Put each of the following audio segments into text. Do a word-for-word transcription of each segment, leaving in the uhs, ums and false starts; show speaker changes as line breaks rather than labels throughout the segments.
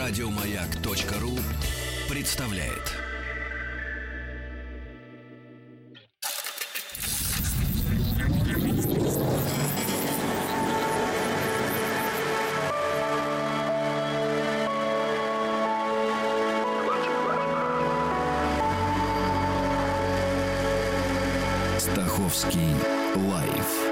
Радиомаяк.ру представляет. Стаховский лайф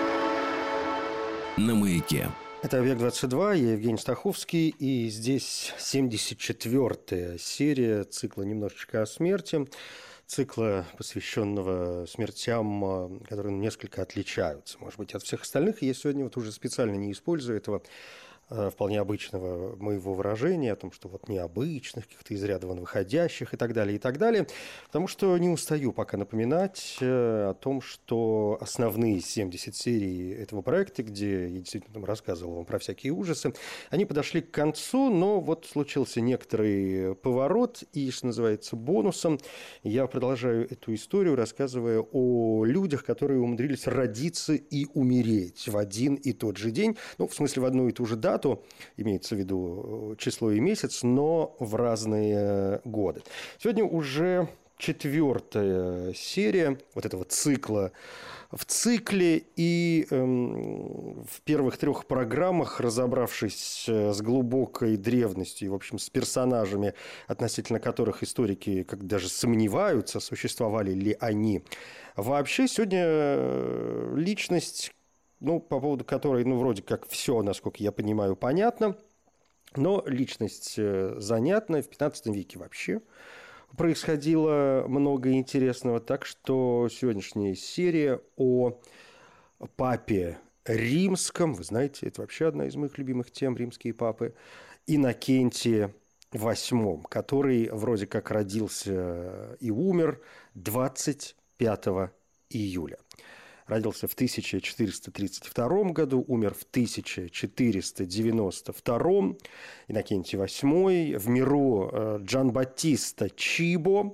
на Маяке.
Это «Объект-двадцать два», я Евгений Стаховский, и здесь семьдесят четвёртая серия цикла «Немножечко о смерти», цикла, посвященного смертям, которые несколько отличаются, может быть, от всех остальных. Я сегодня вот уже специально не использую этого вполне обычного моего выражения о том, что вот необычных, каких-то из ряда вон выходящих и так далее, и так далее, потому что не устаю пока напоминать о том, что основные семьдесят серий этого проекта, где я действительно там рассказывал вам про всякие ужасы, они подошли к концу, но вот случился некоторый поворот, и, что называется, бонусом я продолжаю эту историю, рассказывая о людях, которые умудрились родиться и умереть в один и тот же день, ну, в смысле, в одну и ту же дату, имеется в виду число и месяц, но в разные годы. Сегодня уже четвертая серия вот этого цикла в цикле, и эм, в первых трех программах, разобравшись с глубокой древностью, и, в общем, с персонажами, относительно которых историки как даже сомневаются, существовали ли они вообще, сегодня личность, ну, по поводу которой, ну, вроде как все, насколько я понимаю, понятно, но личность занятная, в пятнадцатом веке вообще происходило много интересного, так что сегодняшняя серия о папе римском, вы знаете, это вообще одна из моих любимых тем, римские папы, Иннокентии восьмом, который вроде как родился и умер двадцать пятого июля. Родился в тысяча четыреста тридцать втором году, умер в тысяча четыреста девяносто втором. Иннокентий восьмой. В миру Джанбаттиста Чибо.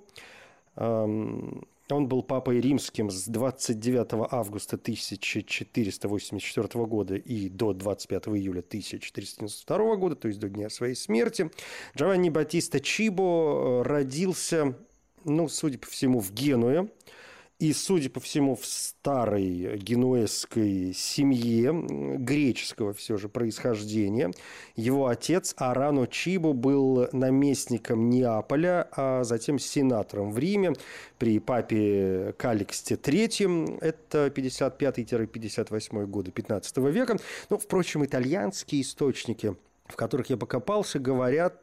Он был папой римским с двадцать девятого августа тысяча четыреста восемьдесят четвёртого года и до двадцать пятого июля тысяча четыреста девяносто второго года, то есть до дня своей смерти. Джованни Баттиста Чибо родился, ну, судя по всему, в Генуе. И, судя по всему, в старой генуэзской семье греческого все же происхождения. Его отец Арано Чибо был наместником Неаполя, а затем сенатором в Риме при папе Калликсте третьем. Это пятьдесят пятый - пятьдесят восьмой годы пятнадцатого века. Ну, впрочем, итальянские источники, в которых я покопался, говорят,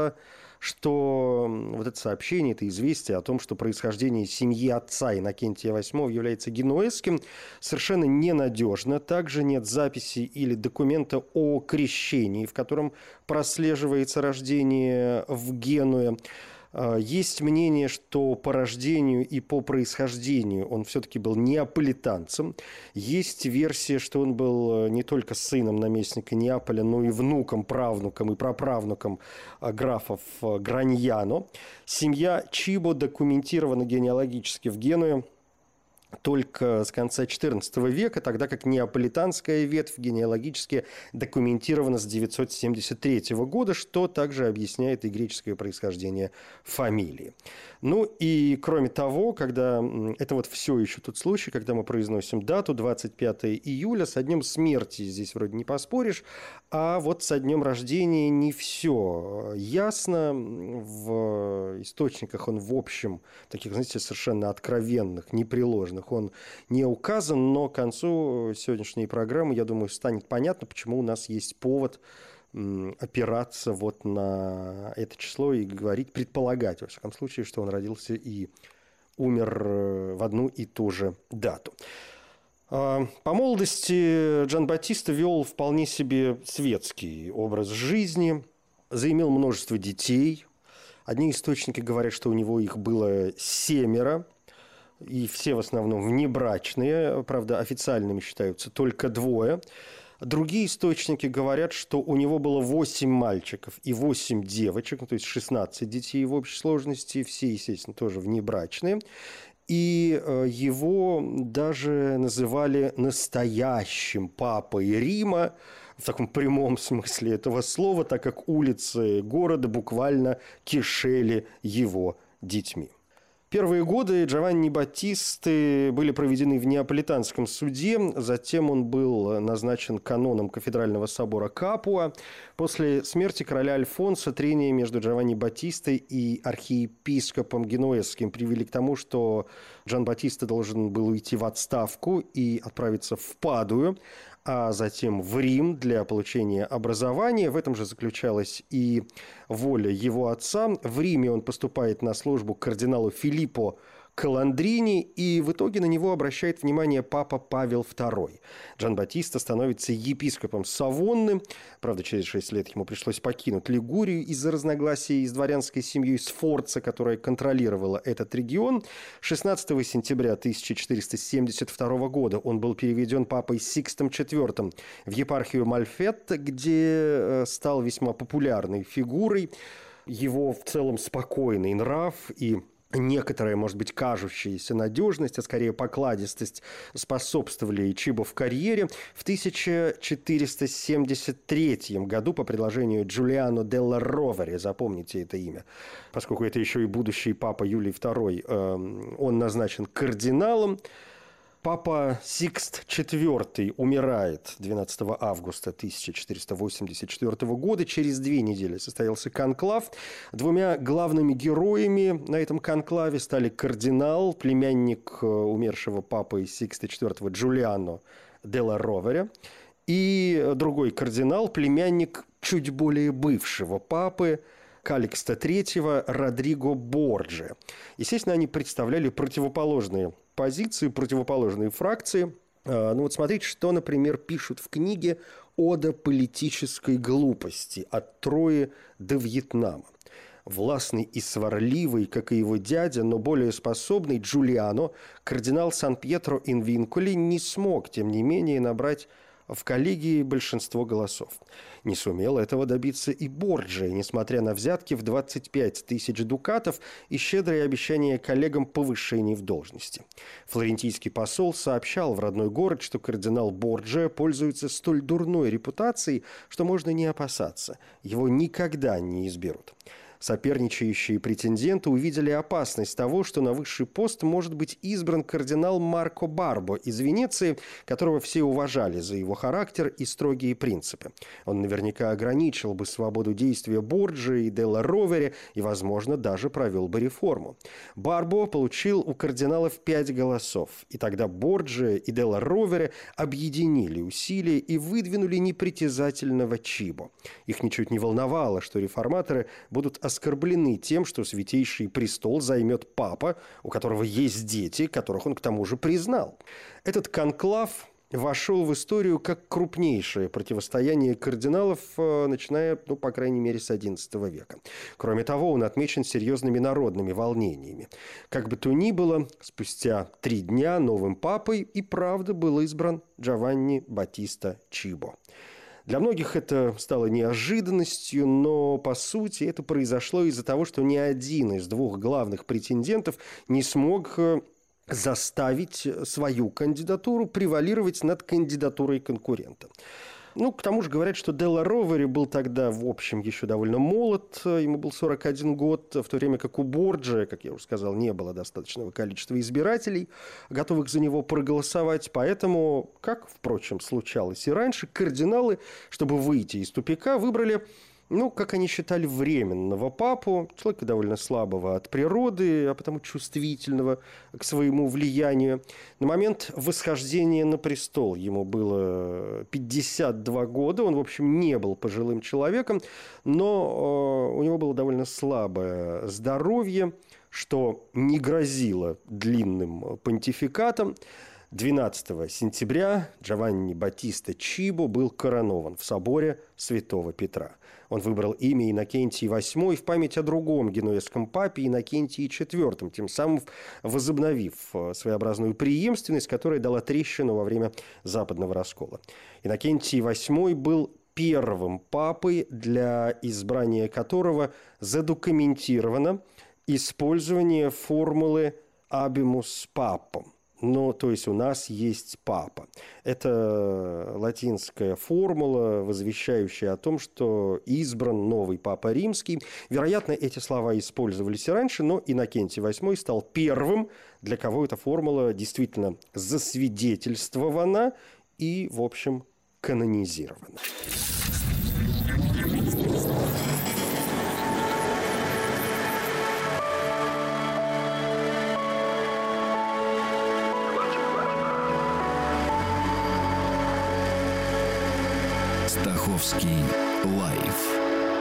что вот это сообщение, это известие о том, что происхождение семьи отца Иннокентия восьмого является генуэзским, совершенно ненадежно. Также нет записи или документа о крещении, в котором прослеживается рождение в Генуе. Есть мнение, что по рождению и по происхождению он все-таки был неаполитанцем. Есть версия, что он был не только сыном наместника Неаполя, но и внуком, правнуком и праправнуком графов Граньяно. Семья Чибо документирована генеалогически в Генуе только с конца четырнадцатого века, тогда как неаполитанская ветвь генеалогически документирована с девятьсот семьдесят третьего года, что также объясняет и греческое происхождение фамилии. Ну и кроме того, когда это вот все еще тот случай, когда мы произносим дату двадцать пятого июля, со днем смерти здесь вроде не поспоришь, а вот со днем рождения не все ясно. В источниках он, в общем, таких, знаете, совершенно откровенных, непреложных, он не указан, но к концу сегодняшней программы, я думаю, станет понятно, почему у нас есть повод опираться вот на это число и говорить, предполагать, во всяком случае, что он родился и умер в одну и ту же дату. По молодости Джанбаттиста вел вполне себе светский образ жизни, заимел множество детей. Одни источники говорят, что у него их было семеро, и все в основном внебрачные, правда, официальными считаются только двое. Другие источники говорят, что у него было восемь мальчиков и восемь девочек, ну, то есть шестнадцать детей в общей сложности, все, естественно, тоже внебрачные. И его даже называли настоящим папой Рима, в таком прямом смысле этого слова, так как улицы города буквально кишели его детьми. Первые годы Джованни Баттисты были проведены в Неаполитанском суде, затем он был назначен каноном кафедрального собора Капуа. После смерти короля Альфонсо трения между Джованни Баттистой и архиепископом Генуэзским привели к тому, что Джан Баттиста должен был уйти в отставку и отправиться в Падую, а затем в Рим для получения образования. В этом же заключалась и воля его отца. В Риме он поступает на службу к кардиналу Филиппо Каландрини, и в итоге на него обращает внимание папа Павел второй. Джан Баттиста становится епископом Савонны. Правда, через шесть лет ему пришлось покинуть Лигурию из-за разногласий с дворянской семьей Сфорца, которая контролировала этот регион. шестнадцатого сентября тысяча четыреста семьдесят второго года он был переведен папой Сикстом четвёртым в епархию Мальфетта, где стал весьма популярной фигурой. Его в целом спокойный нрав и некоторая, может быть, кажущаяся надежность, а скорее покладистость способствовали Чибо в карьере. В тысяча четыреста семьдесят третьем году по предложению Джулиано делла Ровери, запомните это имя, поскольку это еще и будущий папа Юлий второй, он назначен кардиналом. Папа Сикст четвёртый умирает двенадцатого августа тысяча четыреста восемьдесят четвёртого года. Через две недели состоялся конклав. Двумя главными героями на этом конклаве стали кардинал, племянник умершего папы Сикста четвёртого Джулиано делла Ровери, и другой кардинал, племянник чуть более бывшего папы Каликста третьего Родриго Борджи. Естественно, они представляли противоположные позиции, противоположные фракции. Ну вот смотрите, что, например, пишут в книге «Ода политической глупости. От Трои до Вьетнама». Властный и сварливый, как и его дядя, но более способный Джулиано, кардинал Сан-Пьетро ин Винкули не смог, тем не менее, набрать в коллегии большинство голосов. Не сумел этого добиться и Борджи, несмотря на взятки в двадцать пять тысяч дукатов и щедрые обещания коллегам повышений в должности. Флорентийский посол сообщал в родной город, что кардинал Борджи пользуется столь дурной репутацией, что можно не опасаться. Его никогда не изберут. Соперничающие претенденты увидели опасность того, что на высший пост может быть избран кардинал Марко Барбо из Венеции, которого все уважали за его характер и строгие принципы. Он наверняка ограничил бы свободу действия Борджи и делла Ровери и, возможно, даже провел бы реформу. Барбо получил у кардиналов пять голосов, и тогда Борджи и делла Ровери объединили усилия и выдвинули непритязательного Чибо. Их ничуть не волновало, что реформаторы будут оскорблены тем, что святейший престол займет папа, у которого есть дети, которых он к тому же признал. Этот конклав вошел в историю как крупнейшее противостояние кардиналов, начиная, ну, по крайней мере, с одиннадцатого века. Кроме того, он отмечен серьезными народными волнениями. Как бы то ни было, спустя три дня новым папой и правда был избран Джованни Баттиста Чибо. Для многих это стало неожиданностью, но, по сути, это произошло из-за того, что ни один из двух главных претендентов не смог заставить свою кандидатуру превалировать над кандидатурой конкурента. Ну, к тому же говорят, что делла Ровери был тогда, в общем, еще довольно молод, ему был сорок один год, в то время как у Борджи, как я уже сказал, не было достаточного количества избирателей, готовых за него проголосовать. Поэтому, как, впрочем, случалось и раньше, кардиналы, чтобы выйти из тупика, выбрали, ну, как они считали, временного папу, человека довольно слабого от природы, а потому чувствительного к своему влиянию. На момент восхождения на престол ему было пятьдесят два года, он, в общем, не был пожилым человеком, но э, у него было довольно слабое здоровье, что не грозило длинным понтификатом. двенадцатого сентября Джованни Баттиста Чибо был коронован в соборе Святого Петра. Он выбрал имя Иннокентий восьмой в память о другом генуэзском папе Иннокентии четвёртом, тем самым возобновив своеобразную преемственность, которая дала трещину во время Западного раскола. Иннокентий восьмой был первым папой, для избрания которого задокументировано использование формулы habemus papam. Ну, то есть у нас есть папа. Это латинская формула, возвещающая о том, что избран новый папа римский. Вероятно, эти слова использовались и раньше, но Иннокентий восьмой стал первым, для кого эта формула действительно засвидетельствована и, в общем, канонизирована.
Стаховский лайф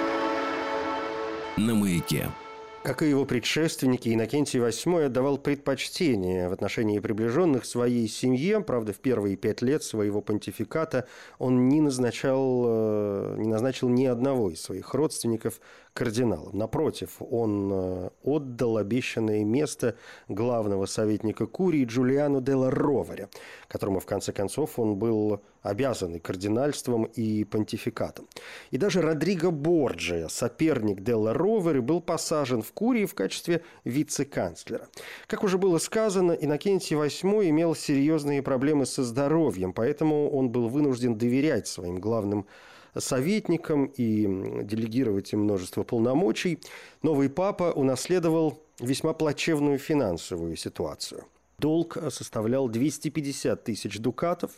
на Маяке.
Как и его предшественники, Иннокентий восьмой отдавал предпочтение в отношении приближенных своей семье. Правда, в первые пять лет своего понтификата он не назначал, не назначил ни одного из своих родственников кардиналом. Напротив, он отдал обещанное место главного советника Курии Джулиану делла Ровere, которому, в конце концов, он был обязан и кардинальством, и понтификатом. И даже Родриго Борджиа, соперник делла Ровere, был посажен в Курии в качестве вице-канцлера. Как уже было сказано, Иннокентий восьмой имел серьезные проблемы со здоровьем, поэтому он был вынужден доверять своим главным советникам и делегировать им множество полномочий. Новый папа унаследовал весьма плачевную финансовую ситуацию. Долг составлял двести пятьдесят тысяч дукатов.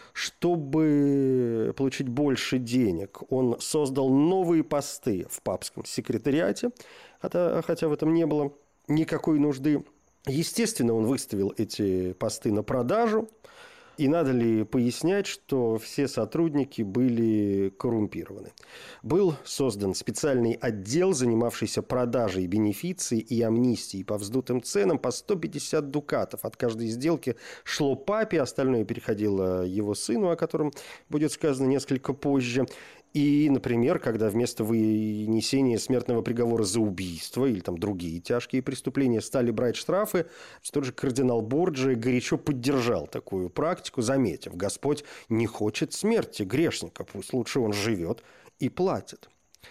Чтобы получить больше денег, он создал новые посты в папском секретариате, хотя, хотя в этом не было никакой нужды. Естественно, он выставил эти посты на продажу. И надо ли пояснять, что все сотрудники были коррумпированы? Был создан специальный отдел, занимавшийся продажей бенефиций и амнистии по вздутым ценам по сто пятьдесят дукатов. От каждой сделки шло папе, остальное переходило его сыну, о котором будет сказано несколько позже. И, например, когда вместо вынесения смертного приговора за убийство или там другие тяжкие преступления стали брать штрафы, тот же кардинал Борджиа горячо поддержал такую практику, заметив: Господь не хочет смерти грешника, пусть лучше он живет и платит.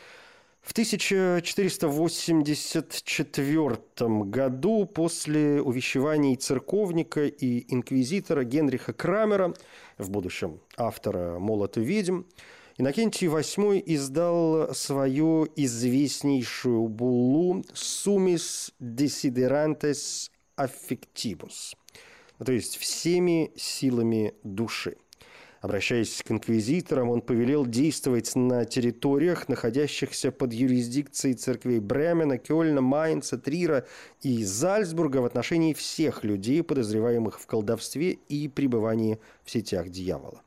В тысяча четыреста восемьдесят четвёртом году, после увещеваний церковника и инквизитора Генриха Крамера, в будущем автора «Молота ведьм», Иннокентий восьмой издал свою известнейшую буллу «Summis desiderantes affectibus», то есть «всеми силами души». Обращаясь к инквизиторам, он повелел действовать на территориях, находящихся под юрисдикцией церквей Бремена, Кёльна, Майнца, Трира и Зальцбурга в отношении всех людей, подозреваемых в колдовстве и пребывании в сетях дьявола.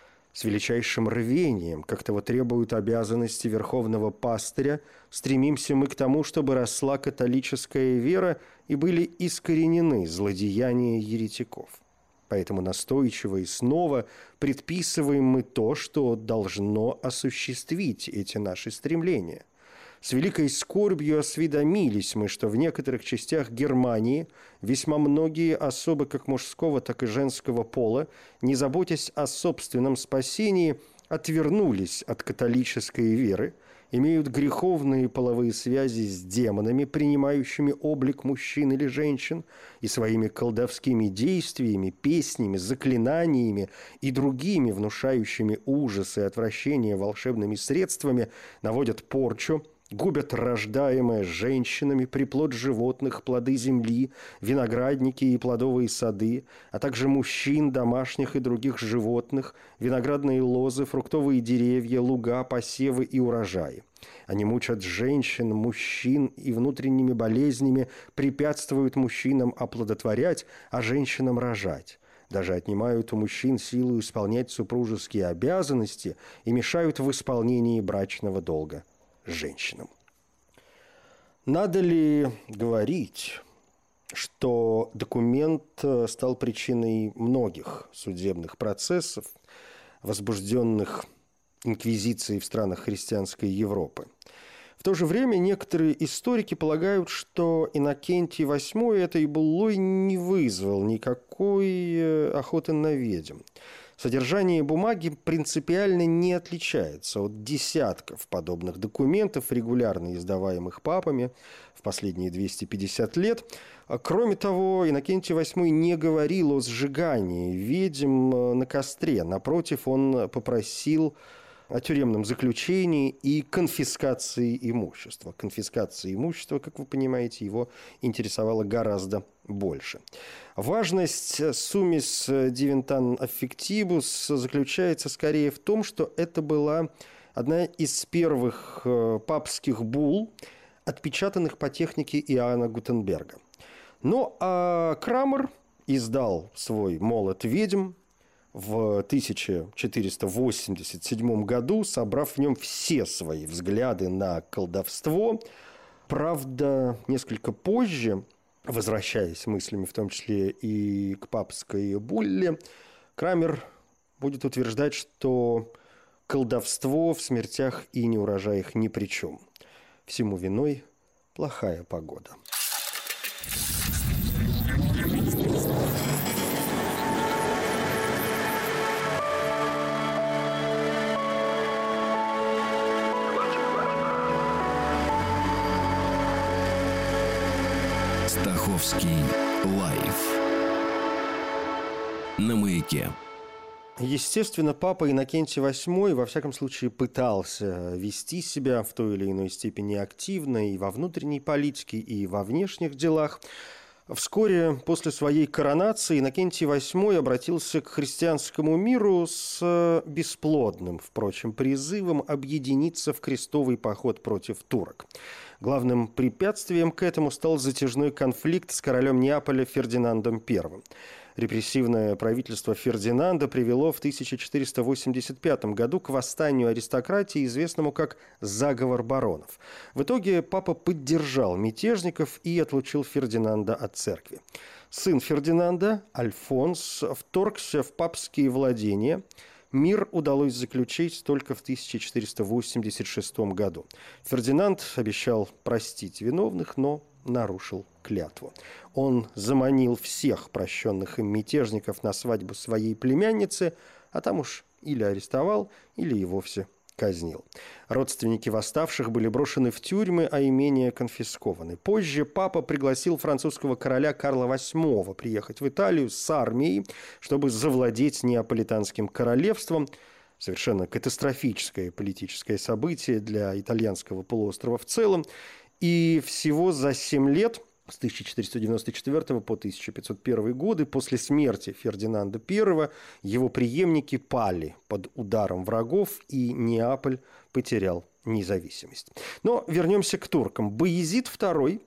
С величайшим рвением, как того требуют обязанности верховного пастыря, стремимся мы к тому, чтобы росла католическая вера и были искоренены злодеяния еретиков. Поэтому настойчиво и снова предписываем мы то, что должно осуществить эти наши стремления. С великой скорбью осведомились мы, что в некоторых частях Германии весьма многие особы как мужского, так и женского пола, не заботясь о собственном спасении, отвернулись от католической веры, имеют греховные половые связи с демонами, принимающими облик мужчин или женщин, и своими колдовскими действиями, песнями, заклинаниями и другими внушающими ужас и отвращение волшебными средствами наводят порчу, губят рождаемое женщинами, приплод животных, плоды земли, виноградники и плодовые сады, а также мужчин, домашних и других животных, виноградные лозы, фруктовые деревья, луга, посевы и урожаи. Они мучат женщин, мужчин и внутренними болезнями препятствуют мужчинам оплодотворять, а женщинам рожать. Даже отнимают у мужчин силу исполнять супружеские обязанности и мешают в исполнении брачного долга женщинам. Надо ли говорить, что документ стал причиной многих судебных процессов, возбужденных инквизицией в странах христианской Европы? В то же время некоторые историки полагают, что Иннокентий восьмой этой буллой не вызвал никакой охоты на ведьм. Содержание бумаги принципиально не отличается от десятков подобных документов, регулярно издаваемых папами в последние двести пятьдесят лет. Кроме того, Иннокентий восьмой не говорил о сжигании ведьм на костре. Напротив, он попросил о тюремном заключении и конфискации имущества. Конфискация имущества, как вы понимаете, его интересовало гораздо больше. Важность «Summis Divinitae Affectibus» заключается скорее в том, что это была одна из первых папских булл, отпечатанных по технике Иоанна Гутенберга. Ну, а Крамер издал свой «Молот ведьм» в тысяча четыреста восемьдесят седьмом году, собрав в нем все свои взгляды на колдовство. Правда, несколько позже, возвращаясь мыслями в том числе и к папской булле, Крамер будет утверждать, что колдовство в смертях и неурожаях ни при чем. Всему виной плохая погода.
Стаховский лайф на Маяке.
Естественно, папа Иннокентий восьмой, во всяком случае, пытался вести себя в той или иной степени активно и во внутренней политике, и во внешних делах. Вскоре после своей коронации Иннокентий восьмой обратился к христианскому миру с бесплодным, впрочем, призывом объединиться в крестовый поход против турок. Главным препятствием к этому стал затяжной конфликт с королем Неаполя Фердинандом Первым. Репрессивное правительство Фердинанда привело в тысяча четыреста восемьдесят пятом году к восстанию аристократии, известному как «заговор баронов». В итоге папа поддержал мятежников и отлучил Фердинанда от церкви. Сын Фердинанда, Альфонс, вторгся в папские владения. Мир удалось заключить только в тысяча четыреста восемьдесят шестом году. Фердинанд обещал простить виновных, но нарушил клятву. Он заманил всех прощенных им мятежников на свадьбу своей племянницы, а там уж или арестовал, или и вовсе казнил. Родственники восставших были брошены в тюрьмы, а имения конфискованы. Позже папа пригласил французского короля Карла восьмого приехать в Италию с армией, чтобы завладеть Неаполитанским королевством. Совершенно катастрофическое политическое событие для итальянского полуострова в целом. И всего за семь лет, с тысяча четыреста девяносто четвёртого по тысяча пятьсот первый годы, после смерти Фердинанда Первого, его преемники пали под ударом врагов, и Неаполь потерял независимость. Но вернемся к туркам. Баязид второй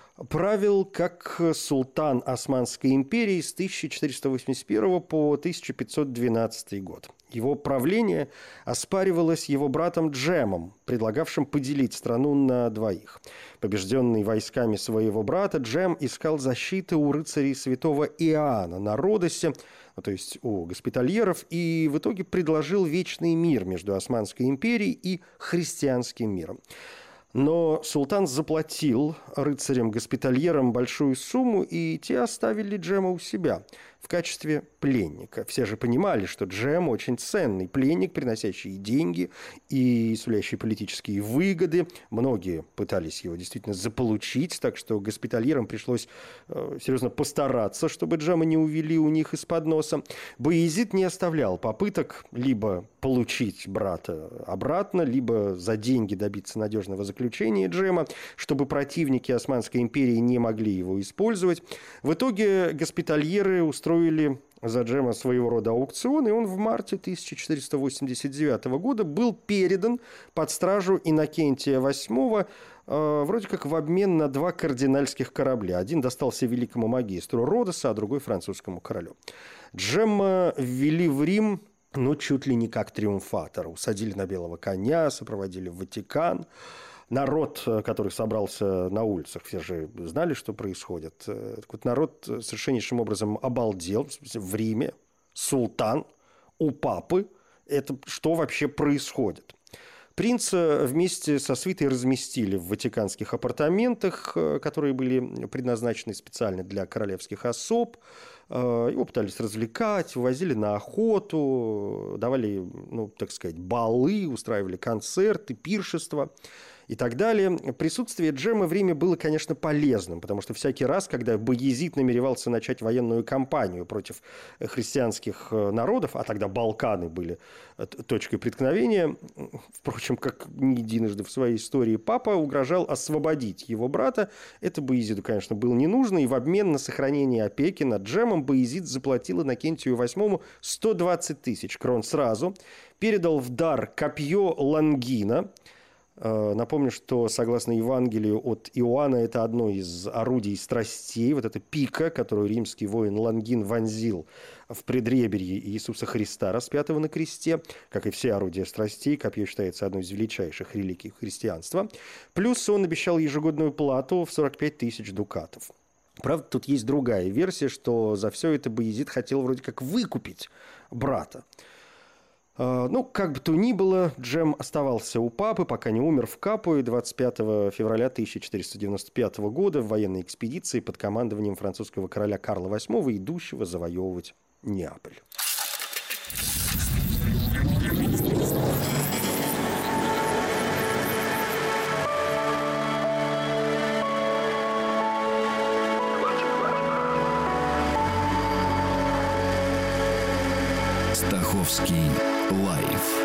правил как султан Османской империи с тысяча четыреста восемьдесят первого по тысяча пятьсот двенадцатый год. Его правление оспаривалось его братом Джемом, предлагавшим поделить страну на двоих. Побежденный войсками своего брата, Джем искал защиты у рыцарей святого Иоанна на Родосе, то есть у госпитальеров, и в итоге предложил вечный мир между Османской империей и христианским миром. Но султан заплатил рыцарям-госпитальерам большую сумму, и те оставили Джема у себя в качестве пленника. Все же понимали, что Джем очень ценный пленник, приносящий деньги и сулящий политические выгоды. Многие пытались его действительно заполучить, так что госпитальерам пришлось э, серьезно постараться, чтобы Джема не увели у них из-под носа. Баязид не оставлял попыток либо получить брата обратно, либо за деньги добиться надежного заключения Джема, чтобы противники Османской империи не могли его использовать. В итоге госпитальеры устроили за Джема своего рода аукцион, и он в марте тысяча четыреста восемьдесят девятого года был передан под стражу Иннокентия восьмого, э, вроде как в обмен на два кардинальских корабля. Один достался великому магистру Родоса, а другой французскому королю. Джемма ввели в Рим, ну, чуть ли не как триумфатора. Усадили на белого коня, сопроводили в Ватикан. Народ, который собрался на улицах, все же знали, что происходит. Так вот, народ совершеннейшим образом обалдел. В Риме султан у папы. Это что вообще происходит? Принца вместе со свитой разместили в ватиканских апартаментах, которые были предназначены специально для королевских особ. Его пытались развлекать, вывозили на охоту, давали, ну, так сказать, балы, устраивали концерты, пиршества и так далее. Присутствие Джема в Риме было, конечно, полезным, потому что всякий раз, когда Баязид намеревался начать военную кампанию против христианских народов, а тогда Балканы были точкой преткновения, впрочем, как не единожды в своей истории, папа угрожал освободить его брата. Это Баязиду, конечно, было не нужно, и в обмен на сохранение опеки над Джемом Баязид заплатил Иннокентию восьмому сто двадцать тысяч крон сразу, передал в дар копье Лонгина. Напомню, что, согласно Евангелию от Иоанна, это одно из орудий страстей, вот эта пика, которую римский воин Лонгин вонзил в предреберье Иисуса Христа, распятого на кресте. Как и все орудия страстей, копье считается одной из величайших реликвий христианства. Плюс он обещал ежегодную плату в сорок пять тысяч дукатов. Правда, тут есть другая версия, что за все это Баязид хотел вроде как выкупить брата. Ну, как бы то ни было, Джем оставался у папы, пока не умер в Капуе двадцать пятого февраля тысяча четыреста девяносто пятого года в военной экспедиции под командованием французского короля Карла восьмого, идущего завоевывать Неаполь.
Стаховский лайф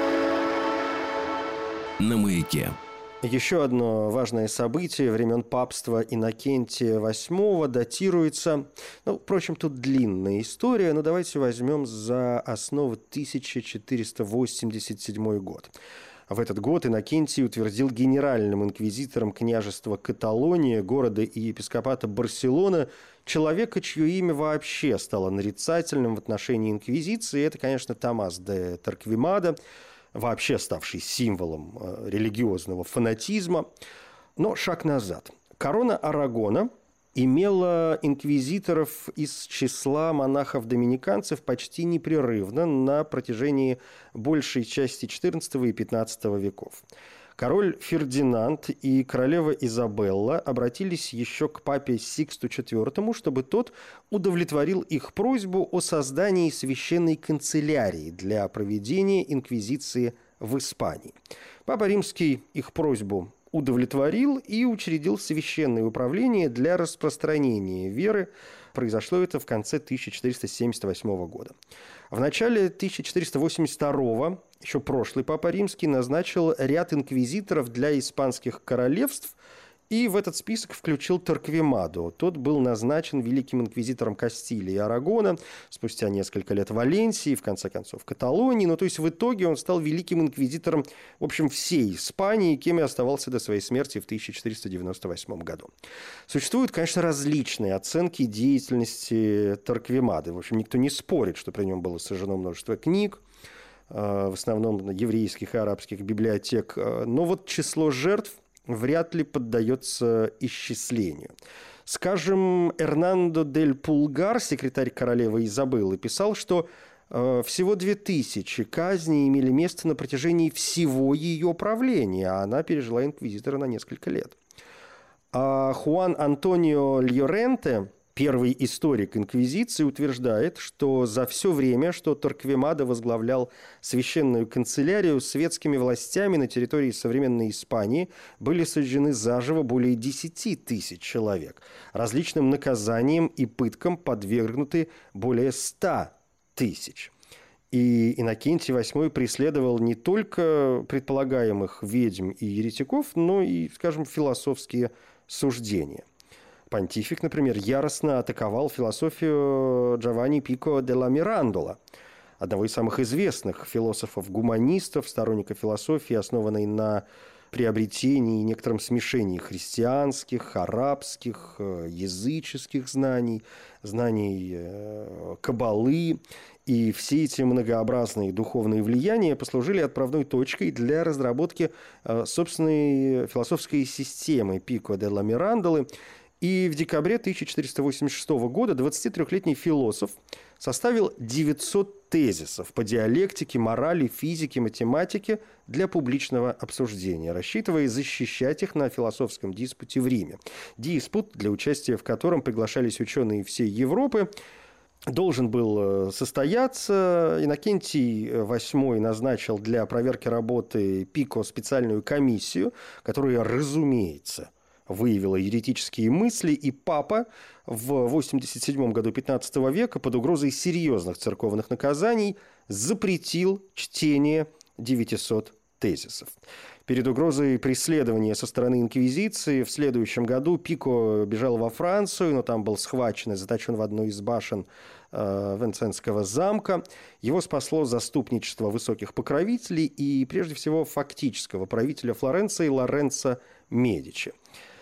на Маяке.
Еще одно важное событие времен папства Иннокентия восьмого датируется... Ну, впрочем, тут длинная история, но давайте возьмем за основу тысяча четыреста восемьдесят седьмой год. В этот год Иннокентий утвердил генеральным инквизитором княжества Каталония, города и епископата Барселона, человека, чье имя вообще стало нарицательным в отношении инквизиции. Это, конечно, Томас де Торквемада, вообще ставший символом религиозного фанатизма. Но шаг назад. Корона Арагона имела инквизиторов из числа монахов-доминиканцев почти непрерывно на протяжении большей части четырнадцатого и пятнадцатого веков. Король Фердинанд и королева Изабелла обратились еще к папе Сиксту четвёртому, чтобы тот удовлетворил их просьбу о создании священной канцелярии для проведения инквизиции в Испании. Папа Римский их просьбу удовлетворил и учредил священное управление для распространения веры. Произошло это в конце тысяча четыреста семьдесят восьмого года. В начале тысяча четыреста восемьдесят второго, еще прошлый папа Римский, назначил ряд инквизиторов для испанских королевств, и в этот список включил Торквемаду. Тот был назначен великим инквизитором Кастилии и Арагона, спустя несколько лет Валенсии, в конце концов Каталонии. Ну, то есть в итоге он стал великим инквизитором, в общем, всей Испании, кем и оставался до своей смерти в тысяча четыреста девяносто восьмом году. Существуют, конечно, различные оценки деятельности Торквемады. В общем, никто не спорит, что при нем было сожжено множество книг, в основном еврейских и арабских библиотек. Но вот число жертв вряд ли поддается исчислению. Скажем, Эрнандо дель Пулгар, секретарь королевы Изабеллы, писал, что э, всего две тысячи казней имели место на протяжении всего ее правления, а она пережила инквизитора на несколько лет. А Хуан Антонио Льоренте, первый историк инквизиции, утверждает, что за все время, что Торквемада возглавлял священную канцелярию, светскими властями на территории современной Испании были сожжены заживо более десяти тысяч человек. Различным наказаниям и пыткам подвергнуты более ста тысяч. И Иннокентий восьмой преследовал не только предполагаемых ведьм и еретиков, но и, скажем, философские суждения. Понтифик, например, яростно атаковал философию Джованни Пико де ла Мирандола, одного из самых известных философов-гуманистов, сторонников философии, основанной на приобретении и некотором смешении христианских, арабских, языческих знаний, знаний каббалы. И все эти многообразные духовные влияния послужили отправной точкой для разработки собственной философской системы Пико де ла Мирандолы. И в декабре тысяча четыреста восемьдесят шестого года двадцатитрёхлетний философ составил девятьсот тезисов по диалектике, морали, физике, математике для публичного обсуждения, рассчитывая защищать их на философском диспуте в Риме. Диспут, для участия в котором приглашались ученые всей Европы. должен был состояться. Иннокентий восьмой назначил для проверки работы Пико специальную комиссию, которая, разумеется, выявила еретические мысли, и папа в восемьдесят седьмом году пятнадцатого века под угрозой серьезных церковных наказаний запретил чтение девятисот тезисов. Перед угрозой преследования со стороны инквизиции в следующем году Пико бежал во Францию, но там был схвачен и заточен в одну из башен э, Венценского замка. Его спасло заступничество высоких покровителей и, прежде всего, фактического правителя Флоренции Лоренцо Медичи.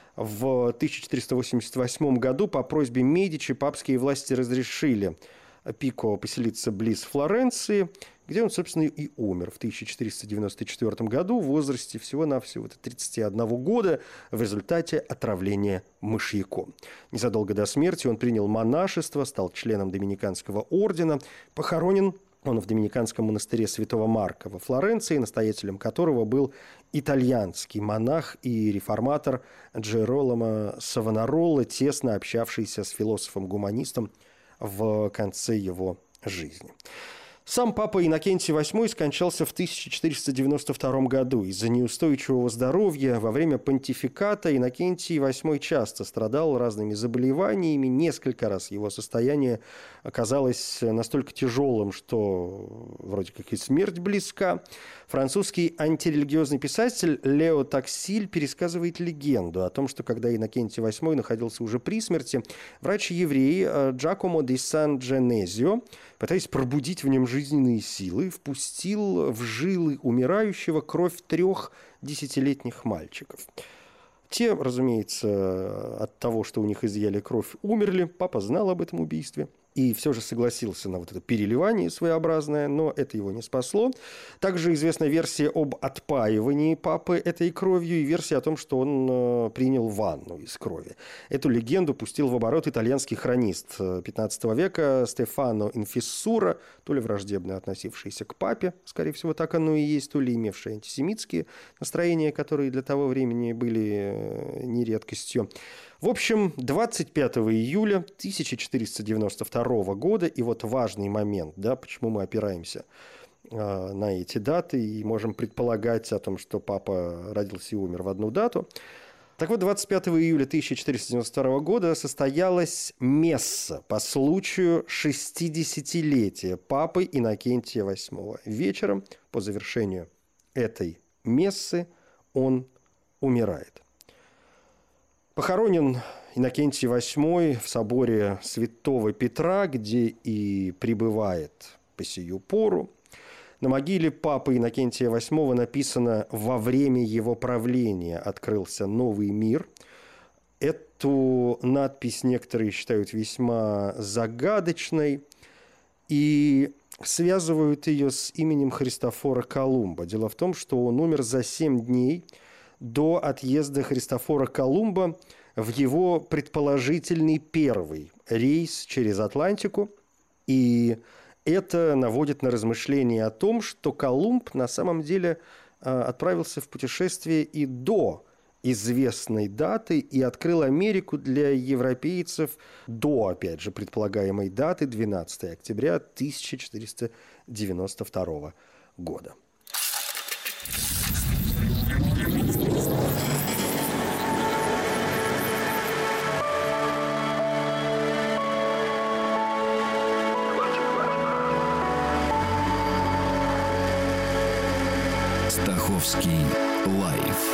В тысяча четыреста восемьдесят восьмом году по просьбе Медичи папские власти разрешили Пико поселиться близ Флоренции, где он, собственно, и умер в тысяча четыреста девяносто четвёртом году в возрасте всего-навсего тридцати одного года в результате отравления мышьяком. Незадолго до смерти он принял монашество, стал членом Доминиканского ордена, похоронен он в Доминиканском монастыре Святого Марка во Флоренции, настоятелем которого был итальянский монах и реформатор Джероломо Савонаролла, тесно общавшийся с философом-гуманистом в конце его жизни. Сам папа Иннокентий восьмой скончался в тысяча четыреста девяносто втором году. Из-за неустойчивого здоровья во время понтификата Иннокентий восьмой часто страдал разными заболеваниями. Несколько раз его состояние оказалось настолько тяжелым, что вроде как и смерть близка. Французский антирелигиозный писатель Лео Таксиль пересказывает легенду о том, что когда Иннокентий восьмой находился уже при смерти, врач-еврей Джакомо ди Сан-Дженезио, пытаясь пробудить в нем жизненные силы, впустил в жилы умирающего кровь трех десятилетних мальчиков. Те, разумеется, от того, что у них изъяли кровь, умерли. Папа знал об этом убийстве и все же согласился на вот это переливание своеобразное, но это его не спасло. Также известна версия об отпаивании папы этой кровью и версия о том, что он принял ванну из крови. Эту легенду пустил в оборот итальянский хронист пятнадцатого века Стефано Инфиссура, то ли враждебно относившийся к папе, скорее всего, так оно и есть, то ли имевший антисемитские настроения, которые для того времени были не редкостью. В общем, двадцать пятого июля тысяча четыреста девяносто второго года, и вот важный момент, да, почему мы опираемся э, на эти даты и можем предполагать о том, что папа родился и умер в одну дату. Так вот, двадцать пятого июля тысяча четыреста девяносто второго года состоялась месса по случаю шестидесятилетия папы Иннокентия восьмого. Вечером, по завершению этой мессы, он умирает. Похоронен Иннокентий восьмой в соборе Святого Петра, где и пребывает по сию пору. На могиле папы Иннокентия восьмого написано: «Во время его правления открылся новый мир». Эту надпись некоторые считают весьма загадочной и связывают ее с именем Христофора Колумба. Дело в том, что он умер за семь дней до отъезда Христофора Колумба в его предположительный первый рейс через Атлантику. И это наводит на размышления о том, что Колумб на самом деле отправился в путешествие и до известной даты и открыл Америку для европейцев до, опять же, предполагаемой даты двенадцатого октября тысяча четыреста девяносто второго года.
Стаховский лайф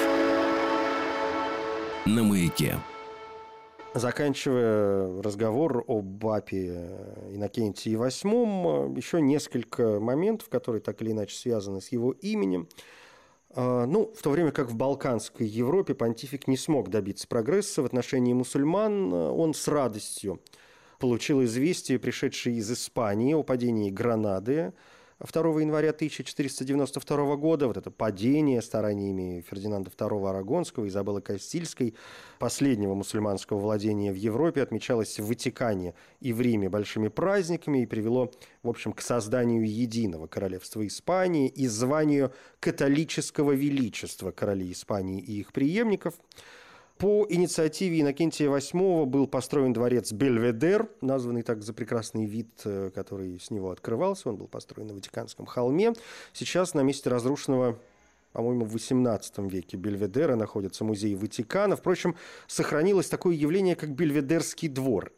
на Маяке.
Заканчивая разговор об папе Иннокентии восьмом, еще несколько моментов, которые так или иначе связаны с его именем. Ну, в то время как в Балканской Европе понтифик не смог добиться прогресса в отношении мусульман, он с радостью получил известие, пришедшее из Испании, о падении Гранады второго января тысяча четыреста девяносто второго года. Вот это падение стараниями Фердинанда второго Арагонского, Изабеллы Кастильской, последнего мусульманского владения в Европе, отмечалось в Ватикане и в Риме большими праздниками и привело, в общем, к созданию единого королевства Испании и званию католического величества королей Испании и их преемников. По инициативе Иннокентия восьмого был построен дворец Бельведер, названный так за прекрасный вид, который с него открывался. Он был построен на Ватиканском холме. Сейчас на месте разрушенного, по-моему, в восемнадцатом веке Бельведера находится музей Ватикана. Впрочем, сохранилось такое явление, как Бельведерский двор.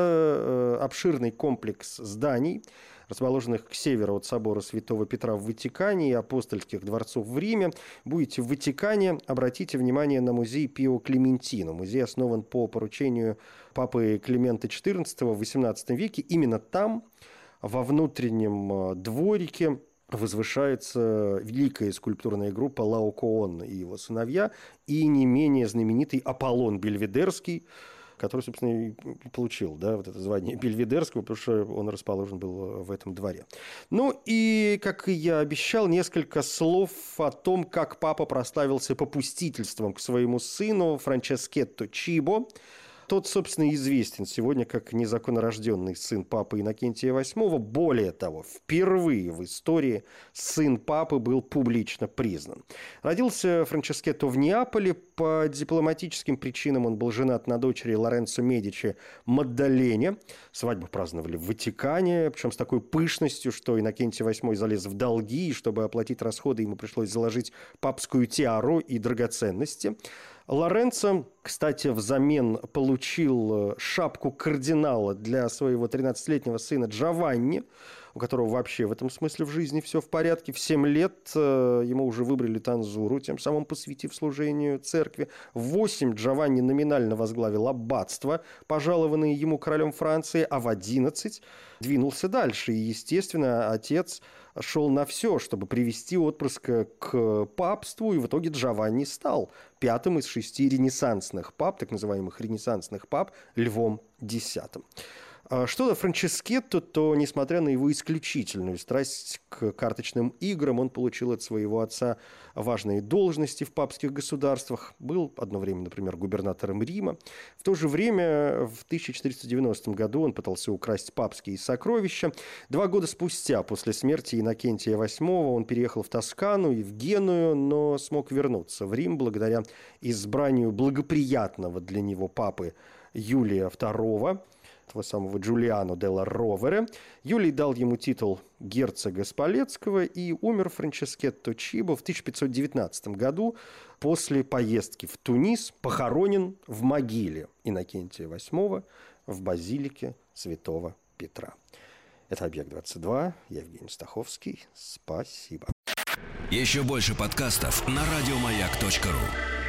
Это обширный комплекс зданий, расположенных к северу от собора Святого Петра в Ватикане и апостольских дворцов в Риме. Будете в Ватикане, обратите внимание на музей Пио Клементино. Музей основан по поручению папы Климента четырнадцатого в восемнадцатом веке. Именно там, во внутреннем дворике, возвышается великая скульптурная группа Лаокоон и его сыновья, и не менее знаменитый Аполлон Бельведерский, который, собственно, и получил, да, вот это звание Бельведерского, потому что он расположен был в этом дворе. Ну и, как и я обещал, несколько слов о том, как папа прославился попустительством к своему сыну Франческетто Чибо. Тот, собственно, известен сегодня как незаконнорожденный сын папы Иннокентия восьмого. Более того, впервые в истории сын папы был публично признан. Родился Франческетто в Неаполе. По дипломатическим причинам он был женат на дочери Лоренцо Медичи Маддалене. Свадьбу праздновали в Ватикане, причем с такой пышностью, что Иннокентий восьмой залез в долги, и чтобы оплатить расходы, ему пришлось заложить папскую тиару и драгоценности. Лоренцо, кстати, взамен получил шапку кардинала для своего тринадцатилетнего сына Джованни, у которого вообще в этом смысле в жизни все в порядке. В семь лет ему уже выбрали танзуру, тем самым посвятив служению церкви. В восемь Джованни номинально возглавил аббатство, пожалованное ему королем Франции, а в одиннадцать двинулся дальше. И, естественно, отец шел на все, чтобы привести отпрыска к папству, и в итоге Джованни стал пятым из шести ренессансных пап, так называемых ренессансных пап, Львом Десятым. Что до Франческетто, то, несмотря на его исключительную страсть к карточным играм, он получил от своего отца важные должности в папских государствах. Был одно время, например, губернатором Рима. В то же время, в тысяча четыреста девяностом году, он пытался украсть папские сокровища. Два года спустя, после смерти Иннокентия восьмого, он переехал в Тоскану и в Геную, но смог вернуться в Рим благодаря избранию благоприятного для него папы Юлия второго, того самого Джулиано делла Ровере. Юлий дал ему титул герцога Спалецкого, и умер Франческетто Чибо в тысяча пятьсот девятнадцатом году после поездки в Тунис, похоронен в могиле Иннокентия восьмого в базилике Святого Петра. Это «Объект-двадцать два». Я Евгений Стаховский. Спасибо.
Еще больше подкастов на радиомаяк точка ру.